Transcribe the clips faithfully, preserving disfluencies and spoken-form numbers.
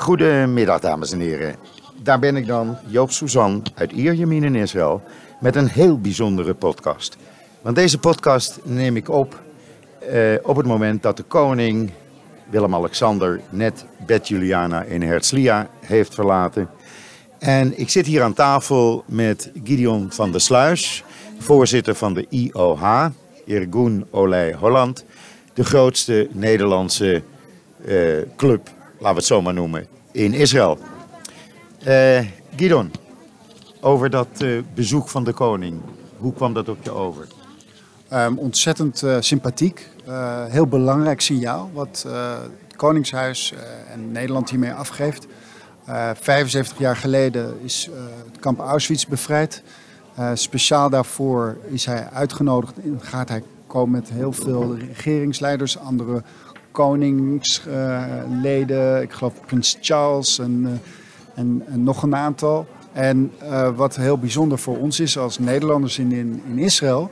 Goedemiddag, dames en heren. Daar ben ik dan, Joop Suzan uit Ierjemien in Israël, met een heel bijzondere podcast. Want deze podcast neem ik op uh, op het moment dat de koning Willem-Alexander net Bet Juliana in Herzliya heeft verlaten. En ik zit hier aan tafel met Gideon van der Sluis, voorzitter van de I O H, Irgun Olei Holland, de grootste Nederlandse uh, club, laten we het zo maar noemen, in Israël. Uh, Gideon, over dat uh, bezoek van de koning, hoe kwam dat op je over? Um, ontzettend uh, sympathiek, uh, heel belangrijk signaal wat uh, het Koningshuis uh, en Nederland hiermee afgeeft. Uh, vijfenzeventig jaar geleden is uh, het kamp Auschwitz bevrijd. Uh, speciaal daarvoor is hij uitgenodigd en gaat hij komen met heel veel regeringsleiders, andere koningsleden, uh, ik geloof Prins Charles en, uh, en, en nog een aantal. En uh, wat heel bijzonder voor ons is als Nederlanders in, in, in Israël,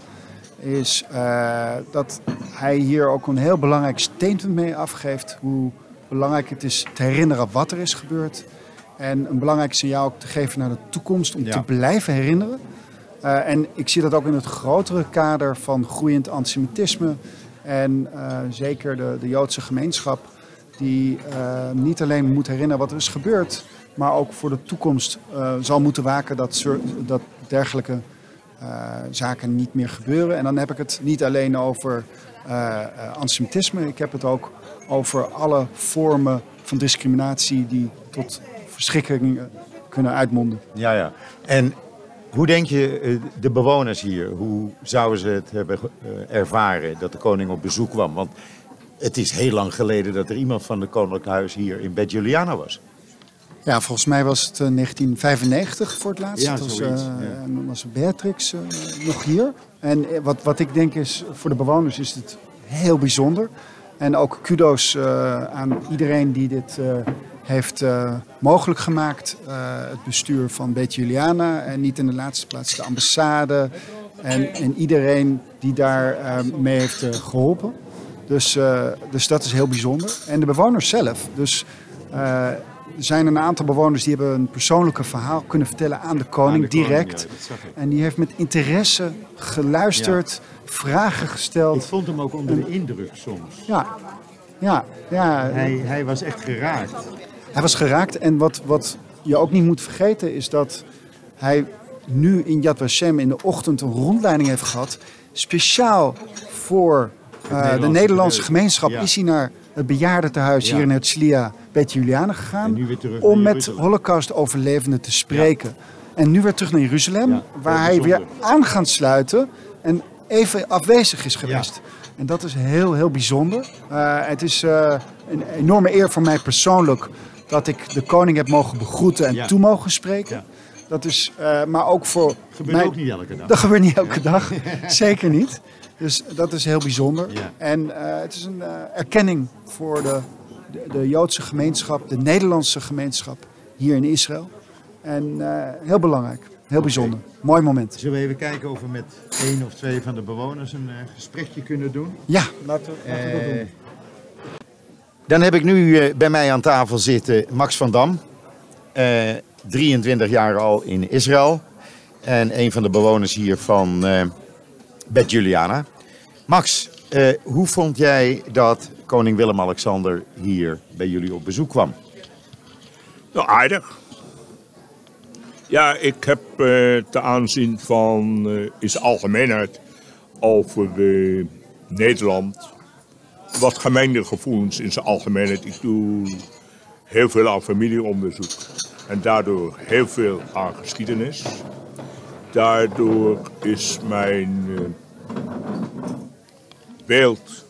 is uh, dat hij hier ook een heel belangrijk statement mee afgeeft. Hoe belangrijk het is te herinneren wat er is gebeurd. En een belangrijk signaal ook te geven naar de toekomst om ja. te blijven herinneren. Uh, en ik zie dat ook in het grotere kader van groeiend antisemitisme. En uh, zeker de, de Joodse gemeenschap die uh, niet alleen moet herinneren wat er is gebeurd, maar ook voor de toekomst uh, zal moeten waken dat, dat dergelijke uh, zaken niet meer gebeuren. En dan heb ik het niet alleen over uh, uh, antisemitisme. Ik heb het ook over alle vormen van discriminatie die tot verschrikkingen kunnen uitmonden. Ja, ja. En hoe denk je, de bewoners hier, hoe zouden ze het hebben ervaren dat de koning op bezoek kwam? Want het is heel lang geleden dat er iemand van het Koninklijk Huis hier in Bet Juliana was. Ja, volgens mij was het uh, negentien vijfennegentig voor het laatst. Ja, was, zoiets. Uh, Ja. En dan was Beatrix uh, nog hier. En wat, wat ik denk is, voor de bewoners is het heel bijzonder. En ook kudo's uh, aan iedereen die dit uh, heeft uh, mogelijk gemaakt. Uh, het bestuur van Bet Juliana en niet in de laatste plaats de ambassade. En, en iedereen die daar uh, mee heeft uh, geholpen. Dus, uh, dus dat is heel bijzonder. En de bewoners zelf. Dus uh, er zijn een aantal bewoners die hebben een persoonlijke verhaal kunnen vertellen aan de koning, aan de direct. Koning, ja, en die heeft met interesse geluisterd, ja. vragen gesteld. Ik vond hem ook onder de indruk soms. Ja, ja, ja. Hij, hij was echt geraakt. Hij was geraakt en wat, wat je ook niet moet vergeten is dat hij nu in Yad Vashem in de ochtend een rondleiding heeft gehad. Speciaal voor uh, de Nederlandse gemeenschap ja. is hij naar het bejaardentehuis ja. hier in Herzliya Bet Juliana gegaan. Om met Holocaust-overlevenden te spreken. Ja. En nu weer terug naar Jeruzalem, ja, waar hij weer aan gaat sluiten en even afwezig is geweest. Ja. En dat is heel, heel bijzonder. Uh, het is uh, een enorme eer voor mij persoonlijk dat ik de koning heb mogen begroeten en ja. toe mogen spreken. Ja. Dat is, uh, maar ook voor Dat gebeurt mij... ook niet elke dag. Dat gebeurt niet elke dag, zeker niet. Dus dat is heel bijzonder. Ja. En uh, het is een uh, erkenning voor de, de, de Joodse gemeenschap, de Nederlandse gemeenschap hier in Israël. En uh, heel belangrijk, heel bijzonder. Okay. Mooi moment. Zullen we even kijken of we met één of twee van de bewoners een uh, gesprekje kunnen doen? Ja, laten we, laten we uh, dat doen. Dan heb ik nu uh, bij mij aan tafel zitten Max van Dam. Uh, drieëntwintig jaar al in Israël. En een van de bewoners hier van uh, Bet Juliana. Max, uh, hoe vond jij dat koning Willem-Alexander hier bij jullie op bezoek kwam? Nou, aardig. Ja, ik heb uh, te aanzien van uh, in zijn algemeenheid over uh, Nederland wat gemengde gevoelens in zijn algemeenheid. Ik doe heel veel aan familieonderzoek en daardoor heel veel aan geschiedenis. Daardoor is mijn uh, beeld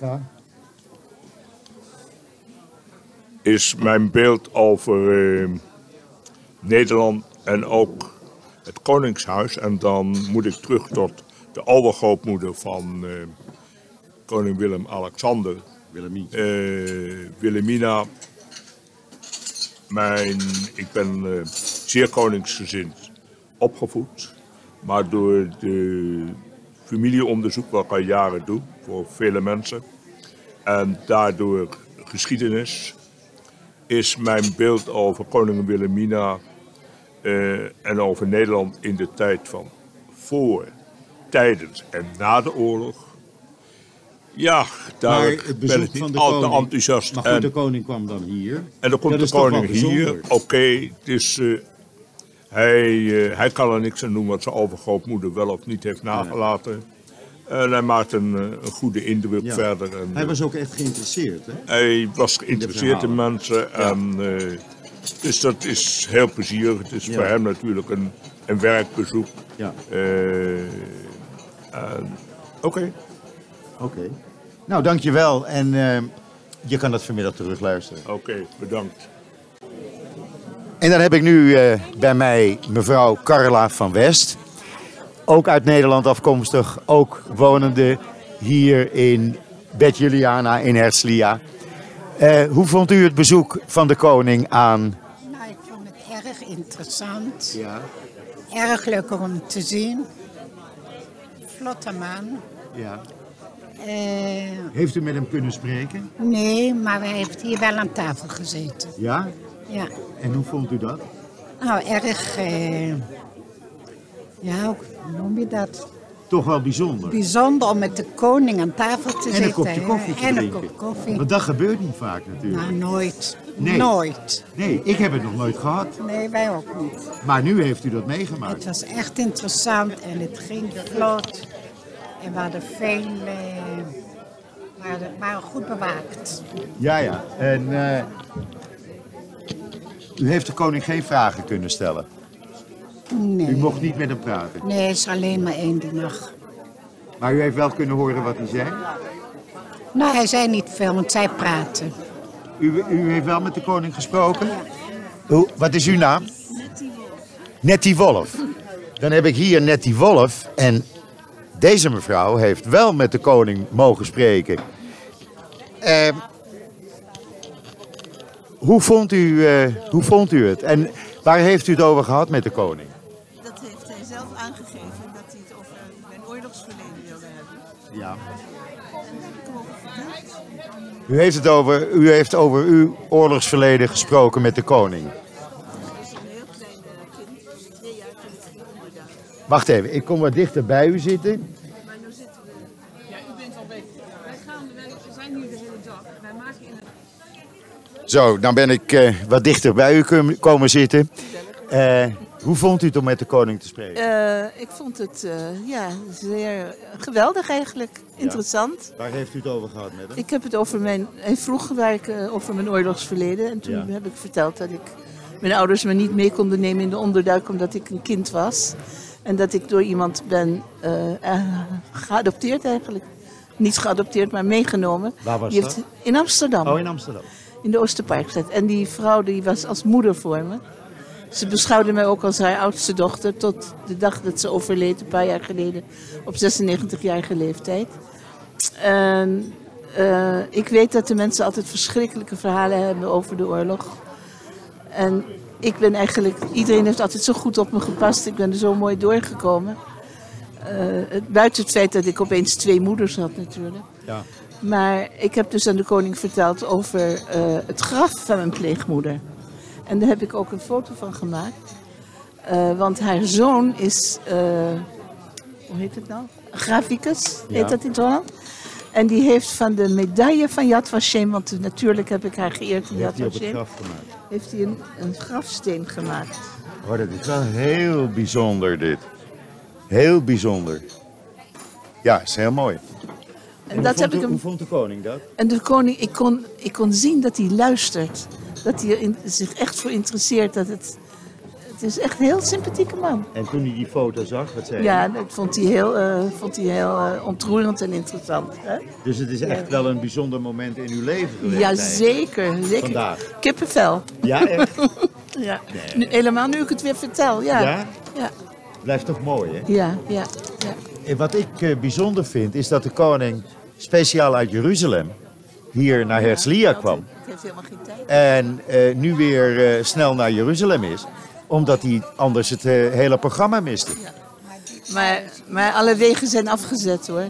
is mijn beeld over uh, Nederland en ook het Koningshuis. En dan moet ik terug tot de overgrootmoeder van uh, koning Willem-Alexander. Willemie. Uh, Wilhelmina. Mijn, ik ben uh, zeer koningsgezind opgevoed. Maar door de familieonderzoek wat ik al jaren doe voor vele mensen. En daardoor geschiedenis. is mijn beeld over koningin Wilhelmina uh, en over Nederland in de tijd van voor, tijdens en na de oorlog. Ja, daar ben ik niet al te enthousiast. Maar goed, en, de koning kwam dan hier. En dan komt de koning hier. Oké, okay, dus uh, hij, uh, hij kan er niks aan doen wat zijn overgrootmoeder wel of niet heeft nagelaten. Ja. En hij maakt een, een goede indruk ja. verder. En, hij was ook echt geïnteresseerd, hè? Hij was geïnteresseerd in, in mensen. Ja. En, uh, dus dat is heel plezierig. Het is ja. voor hem natuurlijk een, een werkbezoek. Ja. Uh, Oké. Okay. Oké. Okay. Nou, dankjewel. En uh, je kan dat vanmiddag terugluisteren. Oké, okay, bedankt. En dan heb ik nu uh, bij mij mevrouw Carla van West. Ook uit Nederland afkomstig. Ook wonende hier in Bet Juliana in Herzliya. Uh, hoe vond u het bezoek van de koning aan? Nou, ik vond het erg interessant. Ja. Erg leuk om te zien. Vlotte man. Ja. Uh, heeft u met hem kunnen spreken? Nee, maar hij heeft hier wel aan tafel gezeten. Ja? Ja. En hoe vond u dat? Nou, erg... Uh, ja, hoe noem je dat? Toch wel bijzonder. Bijzonder om met de koning aan tafel te zitten. En een kopje koffie te en drinken. En een kop koffie. Want dat gebeurt niet vaak natuurlijk. Nou, nooit. Nee. Nooit. Nee, ik heb het nog nooit gehad. Nee, wij ook niet. Maar nu heeft u dat meegemaakt. Het was echt interessant en het ging vlot. En we hadden veel... Uh, waren, waren goed bewaakt. Ja, ja. En uh, u heeft de koning geen vragen kunnen stellen? Nee. U mocht niet met hem praten? Nee, het is alleen maar één die mag. Maar u heeft wel kunnen horen wat hij zei? Nou, hij zei niet veel, want zij praten. U, u heeft wel met de koning gesproken? Ja. Hoe, wat is uw naam? Nettie Wolf. Nettie Wolf. Dan heb ik hier Nettie Wolf en... Deze mevrouw heeft wel met de koning mogen spreken. Uh, hoe, vond u, uh, hoe vond u het? En waar heeft u het over gehad met de koning? Dat heeft hij zelf aangegeven, dat hij het over mijn oorlogsverleden wilde hebben. Ja. En dat heb ik hem ook verteld. U heeft, het over, u heeft over uw oorlogsverleden gesproken met de koning. Dat is een heel klein kind, twee jaar toen ik ging onderduik. Wacht even, ik kom wat dichter bij u zitten. Maar nu zitten we... Ja, u bent al bezig. Wij, gaan, wij zijn hier de hele dag. Wij maken in het... Zo, dan ben ik uh, wat dichter bij u komen zitten. Uh, hoe vond u het om met de koning te spreken? Uh, ik vond het uh, ja, zeer geweldig eigenlijk. Interessant. Ja. Waar heeft u het over gehad met hem? Ik heb het over mijn... Hij vroeg waar ik, uh, over mijn oorlogsverleden. En toen ja. heb ik verteld dat ik... Mijn ouders me niet mee konden nemen in de onderduik omdat ik een kind was. En dat ik door iemand ben uh, uh, geadopteerd eigenlijk. Niet geadopteerd, maar meegenomen. Waar was die dat? Heeft, in Amsterdam. Oh, in Amsterdam. In de Oosterparkstad. En die vrouw die was als moeder voor me. Ze beschouwde mij ook als haar oudste dochter. Tot de dag dat ze overleed, een paar jaar geleden. Op zesennegentigjarige leeftijd. En uh, ik weet dat de mensen altijd verschrikkelijke verhalen hebben over de oorlog. En ik ben eigenlijk, iedereen heeft altijd zo goed op me gepast. Ik ben er zo mooi doorgekomen. Uh, buiten het feit dat ik opeens twee moeders had natuurlijk. Ja. Maar ik heb dus aan de koning verteld over uh, het graf van mijn pleegmoeder. En daar heb ik ook een foto van gemaakt. Uh, want haar zoon is, uh, hoe heet het nou? Graficus, heet ja. dat in het Holland. En die heeft van de medaille van Yad Vashem, want natuurlijk heb ik haar geëerd in Yad Vashem. Heeft hij een, een grafsteen gemaakt. Oh, dat is wel heel bijzonder dit. Heel bijzonder. Ja, is heel mooi. En, en hoe, dat vond heb de, ik hem, hoe vond de koning dat? En de koning, ik kon, ik kon zien dat hij luistert. Dat hij er in, zich echt voor interesseert. Dat het, het is echt een heel sympathieke man. En toen hij die foto zag, wat zei ja, hij? Ja, dat vond hij heel, uh, vond hij heel uh, ontroerend en interessant. Hè? Dus het is echt ja. wel een bijzonder moment in uw leven geweest? Ja, zeker. zeker. Vandaag? Kippenvel. Ja, echt? ja. Nee. Nu, helemaal nu ik het weer vertel, ja. Ja? Ja. Blijft toch mooi, hè? Ja, ja, ja. En wat ik uh, bijzonder vind, is dat de koning speciaal uit Jeruzalem hier naar Herzliya kwam. Het heeft helemaal geen tijd. En uh, nu weer uh, snel naar Jeruzalem is. Omdat hij anders het uh, hele programma miste. Ja. Maar, maar alle wegen zijn afgezet, hoor.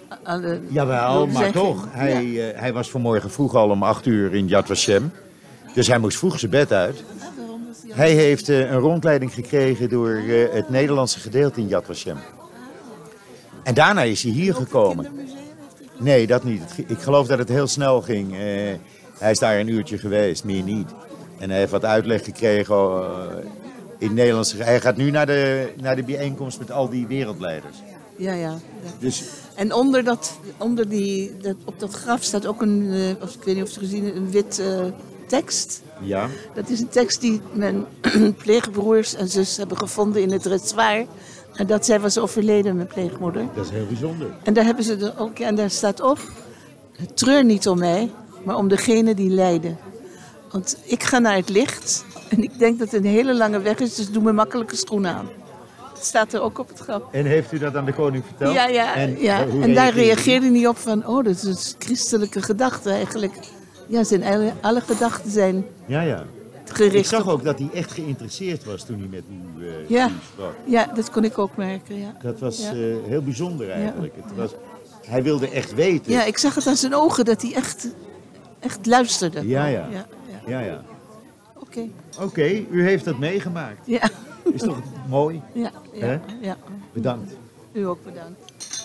Alle, Jawel, maar toch. Hij, ja. uh, hij was vanmorgen vroeg al om acht uur in Yad Vashem. Dus hij moest vroeg zijn bed uit. Hij heeft uh, een rondleiding gekregen door uh, het Nederlandse gedeelte in Yad Vashem. En daarna is hij hier gekomen. Nee, dat niet. Ik geloof dat het heel snel ging. Uh, hij is daar een uurtje geweest, meer niet. En hij heeft wat uitleg gekregen uh, in het Nederlands. Hij gaat nu naar de, naar de bijeenkomst met al die wereldleiders. Ja, ja. ja. Dus, en onder, dat, onder die, dat, op dat graf staat ook een, uh, of, ik weet niet of je het gezien hebt, een wit uh, tekst. ja. Dat is een tekst die mijn pleegbroers en zus hebben gevonden in het Retzwaar. En dat zij was overleden, mijn pleegmoeder. Dat is heel bijzonder. En daar hebben ze er ook, en daar staat op: treur niet om mij, maar om degene die lijden. Want ik ga naar het licht en ik denk dat het een hele lange weg is, dus doe me makkelijke schoenen aan. Dat staat er ook op het graf. En heeft u dat aan de koning verteld? Ja, ja. En, ja. hoe en daar reageerde reageerde hij niet op van, oh, dat is een christelijke gedachte eigenlijk. Ja, zijn alle, alle gedachten zijn Ja, ja. gericht Ik zag op... ook dat hij echt geïnteresseerd was toen hij met u, uh, Ja. u sprak. Ja, dat kon ik ook merken, ja. Dat was Ja. uh, heel bijzonder eigenlijk. Het was, hij wilde echt weten. Ja, ik zag het aan zijn ogen dat hij echt, echt luisterde. Ja, ja. ja, ja. ja, ja. Oké. Oké, okay, u heeft dat meegemaakt. Ja. Is toch mooi? Ja, ja, Hè? ja. Bedankt. U ook bedankt.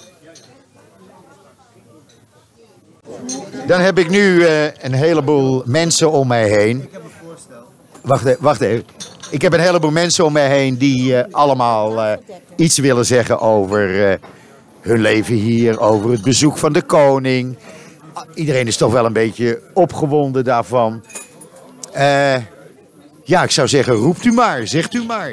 Dan heb ik nu uh, een heleboel mensen om mij heen. Ik heb een voorstel. Wacht even, wacht even. Ik heb een heleboel mensen om mij heen die uh, allemaal uh, iets willen zeggen over uh, hun leven hier, over het bezoek van de koning. Iedereen is toch wel een beetje opgewonden daarvan. Uh, ja, ik zou zeggen, roept u maar, zegt u maar.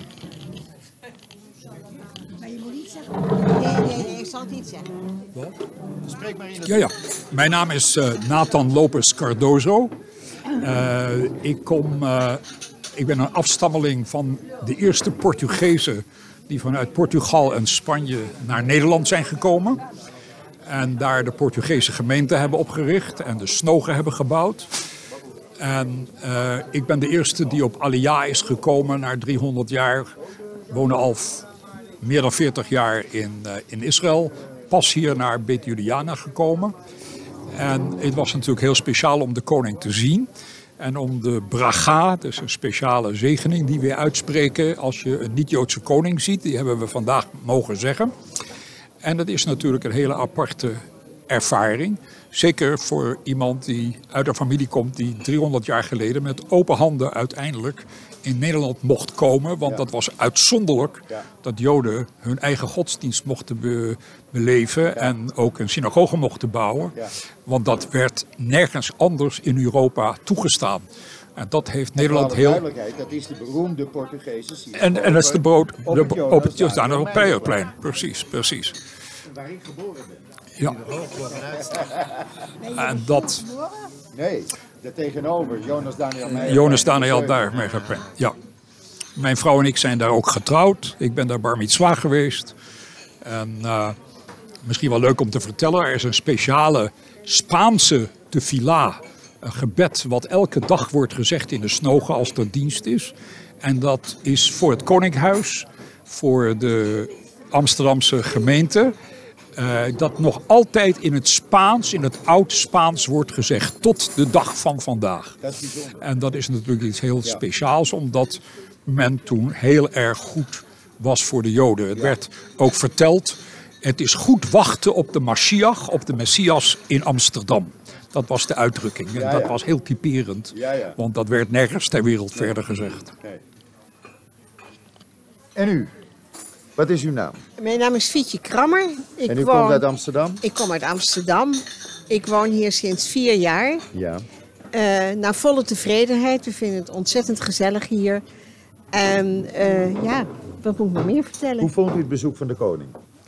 Maar je moet niet zeggen... Nee, nee, nee, ik zal het niet zeggen. Spreek maar in het... Ja, ja. Mijn naam is uh, Nathan Lopez Cardozo. Uh, ik, kom, uh, ik ben een afstammeling van de eerste Portugezen die vanuit Portugal en Spanje naar Nederland zijn gekomen. En daar de Portugese gemeente hebben opgericht en de snogen hebben gebouwd. En uh, ik ben de eerste die op Aliyah is gekomen na driehonderd jaar. Wonen al meer dan veertig jaar in, uh, in Israël. Pas hier naar Beit Juliana gekomen. En het was natuurlijk heel speciaal om de koning te zien. En om de braga, dus een speciale zegening die we uitspreken als je een niet-Joodse koning ziet. Die hebben we vandaag mogen zeggen. En dat is natuurlijk een hele aparte ervaring. Zeker voor iemand die uit een familie komt die driehonderd jaar geleden met open handen uiteindelijk in Nederland mocht komen. Want ja. dat was uitzonderlijk ja. dat Joden hun eigen godsdienst mochten be- beleven ja. en ook een synagoge mochten bouwen. Ja. Want dat werd nergens anders in Europa toegestaan. En dat heeft Nederland heel... duidelijkheid, dat is de beroemde Portugese synagoge. En, en dat is de brood op de, het Jonas op het Jordaan-Européenplein. Precies, precies. Waar ik geboren ben. Ja. En dat... Nee, daar tegenover. Jonas Daniel Meijer. Jonas Daniel daar, Meijer. Ja. Mijn vrouw en ik zijn daar ook getrouwd. Ik ben daar bar mitzwa geweest. En uh, misschien wel leuk om te vertellen. Er is een speciale Spaanse tefila. Een gebed wat elke dag wordt gezegd in de snogen als er dienst is. En dat is voor het Koninkhuis. Voor de Amsterdamse gemeente. Uh, dat nog altijd in het Spaans, in het oud-Spaans wordt gezegd. Tot de dag van vandaag. Dat is bijzonder. En dat is natuurlijk iets heel Ja. speciaals. Omdat men toen heel erg goed was voor de Joden. Het Ja. werd ook verteld. Het is goed wachten op de Mashiach, op de Messias in Amsterdam. Dat was de uitdrukking. En Ja, dat ja. was heel typerend. Ja, ja. Want dat werd nergens ter wereld verder gezegd. Nee. En u? Wat is uw naam? Mijn naam is Fietje Krammer. Ik En u woon... komt uit Amsterdam? Ik kom uit Amsterdam. Ik woon hier sinds vier jaar. Ja. Uh, naar volle tevredenheid. We vinden het ontzettend gezellig hier. En uh, ja, wat moet ik nog meer vertellen? Hoe vond u het bezoek van de koning?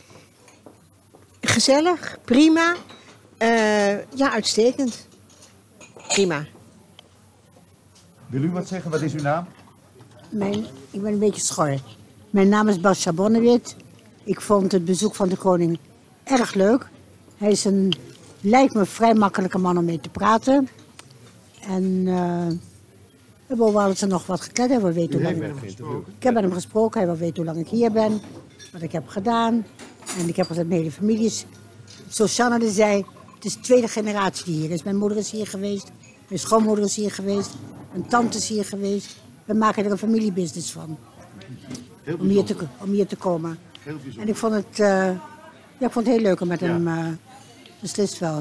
Gezellig, prima. Uh, ja, uitstekend. Prima. Wil u wat zeggen? Wat is uw naam? Mijn, ik ben een beetje schor. Mijn naam is Basja Bonnewit. Ik vond het bezoek van de koning erg leuk. Hij is een, lijkt me, vrij makkelijke man om mee te praten. En uh, we hebben wel eens nog wat gekletst. Hij wil weten hoe lang ik... Ik heb met hem gesproken. Hij wil weten hoe lang ik hier ben. Wat ik heb gedaan. En ik heb altijd mijn hele families. Zoals Shannon zei, het is de tweede generatie die hier is. Mijn moeder is hier geweest. Mijn schoonmoeder is hier geweest. Een tante is hier geweest. We maken er een familiebusiness van. Om hier, te, om hier te komen. En ik vond het, uh, ja, ik vond het heel leuk om met ja. hem, uh, beslist wel.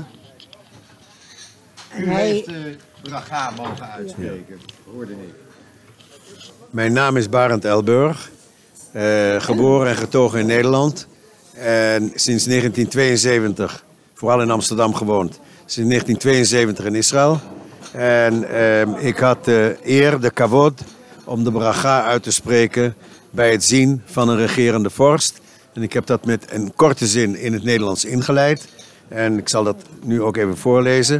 En U hij heeft uh, Braga mogen uitspreken, ja. hoorde ik. Mijn naam is Barend Elburg, uh, geboren en getogen in Nederland. En sinds negentien tweeënzeventig, vooral in Amsterdam gewoond, sinds negentien tweeënzeventig in Israël. En uh, ik had de eer, de kavod, om de bracha uit te spreken bij het zien van een regerende vorst. En ik heb dat met een korte zin in het Nederlands ingeleid. En ik zal dat nu ook even voorlezen.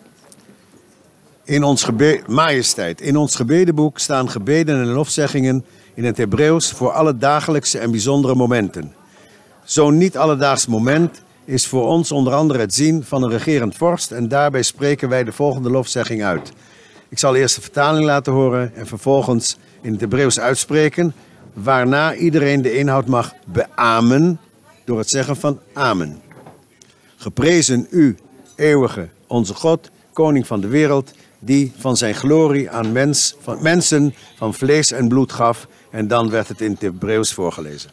In ons gebe- Majesteit, in ons gebedenboek staan gebeden en lofzeggingen in het Hebreeuws voor alle dagelijkse en bijzondere momenten. Zo'n niet alledaags moment is voor ons onder andere het zien van een regerend vorst en daarbij spreken wij de volgende lofzegging uit. Ik zal eerst de vertaling laten horen en vervolgens in het Hebreeuws uitspreken, waarna iedereen de inhoud mag beamen door het zeggen van amen. Geprezen u, eeuwige, onze God, koning van de wereld, die van zijn glorie aan mens, van mensen van vlees en bloed gaf. En dan werd het in het Hebreeuws voorgelezen.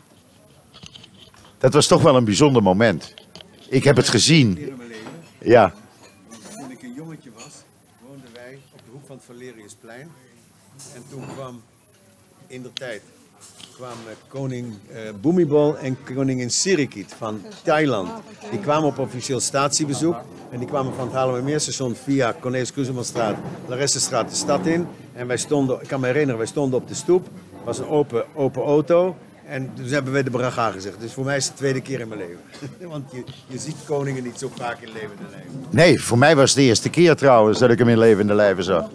Dat was toch wel een bijzonder moment. Ik heb het gezien. Ja. Toen ik een jongetje was, woonden wij op de hoek van het Valeriusplein. En toen kwam in de tijd kwamen koning uh, Bhumibol en koningin Sirikit van Thailand. Die kwamen op officieel statiebezoek. En die kwamen van het Haarlemmermeerstation via Cornelis Krusemanstraat, Laressenstraat de stad in. En wij stonden, ik kan me herinneren, wij stonden op de stoep. Het was een open, open auto. En dus hebben wij de bracha gezegd. Dus voor mij is het de tweede keer in mijn leven. Want je, je ziet koningen niet zo vaak in levende lijven. Nee, voor mij was het de eerste keer trouwens dat ik hem in levende lijven zag.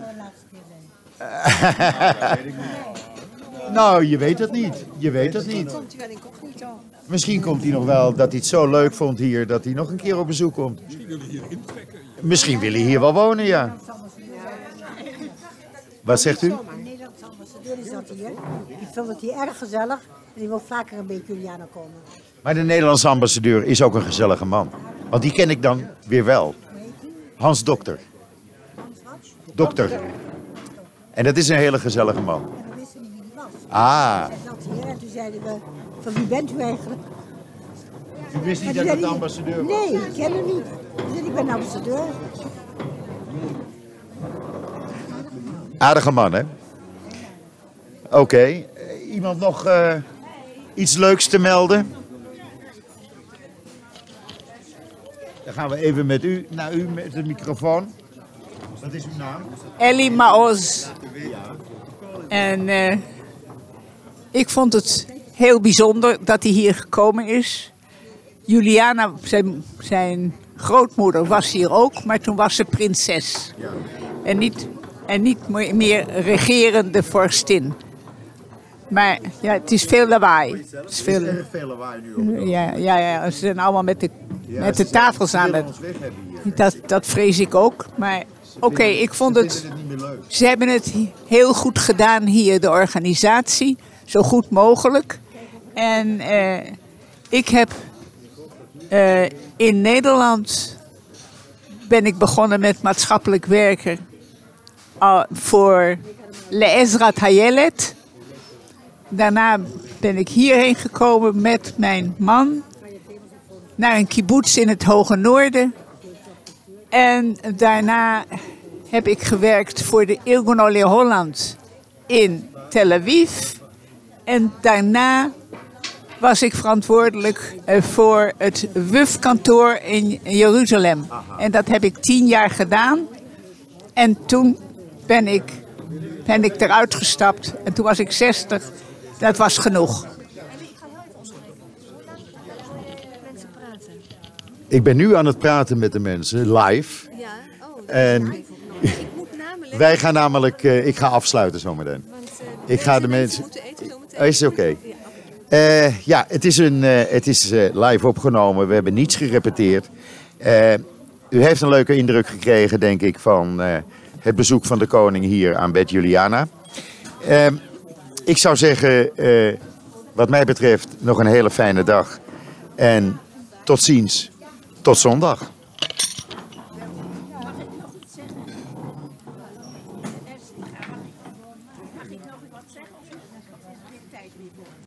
Nou, je weet het niet. Je weet het niet. Misschien komt hij nog wel dat hij het zo leuk vond hier dat hij nog een keer op bezoek komt. Misschien wil hij hier intrekken. Misschien wil hij hier wel wonen, ja. Wat zegt u? De Nederlandse ambassadeur die zat hier. Die vond het hier erg gezellig en die wil vaker een beetje Juliana komen. Maar de Nederlandse ambassadeur is ook een gezellige man. Want die ken ik dan weer wel. Hans Dokter. Dokter. En dat is een hele gezellige man. En we wisten niet wie die was. Ah. Zij zat hier en toen zeiden we, van wie bent u eigenlijk? U wist niet Maar dat toen het de zei hij, ambassadeur was? Nee, ik ken hem niet. Toen zei hij, ik ben de ambassadeur. Aardige man, hè? Oké. Okay. Iemand nog uh, iets leuks te melden? Dan gaan we even met u, naar u met de microfoon. Wat is uw naam? Ellie Maoz. En uh, ik vond het heel bijzonder dat hij hier gekomen is. Juliana, zijn, zijn grootmoeder, was hier ook, maar toen was ze prinses. En niet, en niet meer regerende vorstin. Maar ja, het is veel lawaai. Het is veel, er is veel lawaai nu ook. Ja, ja, ja, ze zijn allemaal met de, Ja, met de tafels aan het. Dat, dat vrees ik ook. Maar oké, okay, ik vond het. Ze hebben het heel goed gedaan hier, de organisatie. Zo goed mogelijk. En uh, ik heb uh, in Nederland ben ik begonnen met maatschappelijk werken uh, voor Le'ezrat Hayelet. Daarna ben ik hierheen gekomen met mijn man naar een kibbutz in het Hoge Noorden. En daarna heb ik gewerkt voor de Irgun Olei Holland in Tel Aviv. En daarna was ik verantwoordelijk voor het W U F-kantoor in Jeruzalem. En dat heb ik tien jaar gedaan. En toen ben ik, ben ik eruit gestapt. En toen was ik zestig. Dat was genoeg. Ik ben nu aan het praten met de mensen, live. Ja, oh, dat en is live. Ik moet namelijk... Wij gaan namelijk, uh, ik ga afsluiten zometeen. Want, uh, ik ga de mensen... moeten eten zometeen. Oh, is oké. Okay. Ja, okay. uh, ja, het is, een, uh, het is uh, live opgenomen. We hebben niets gerepeteerd. Uh, u heeft een leuke indruk gekregen, denk ik, van uh, het bezoek van de koning hier aan Bet Juliana. Uh, ik zou zeggen, uh, wat mij betreft, nog een hele fijne dag. En tot ziens. Tot zondag. nog wat zeggen of is dit tijd niet?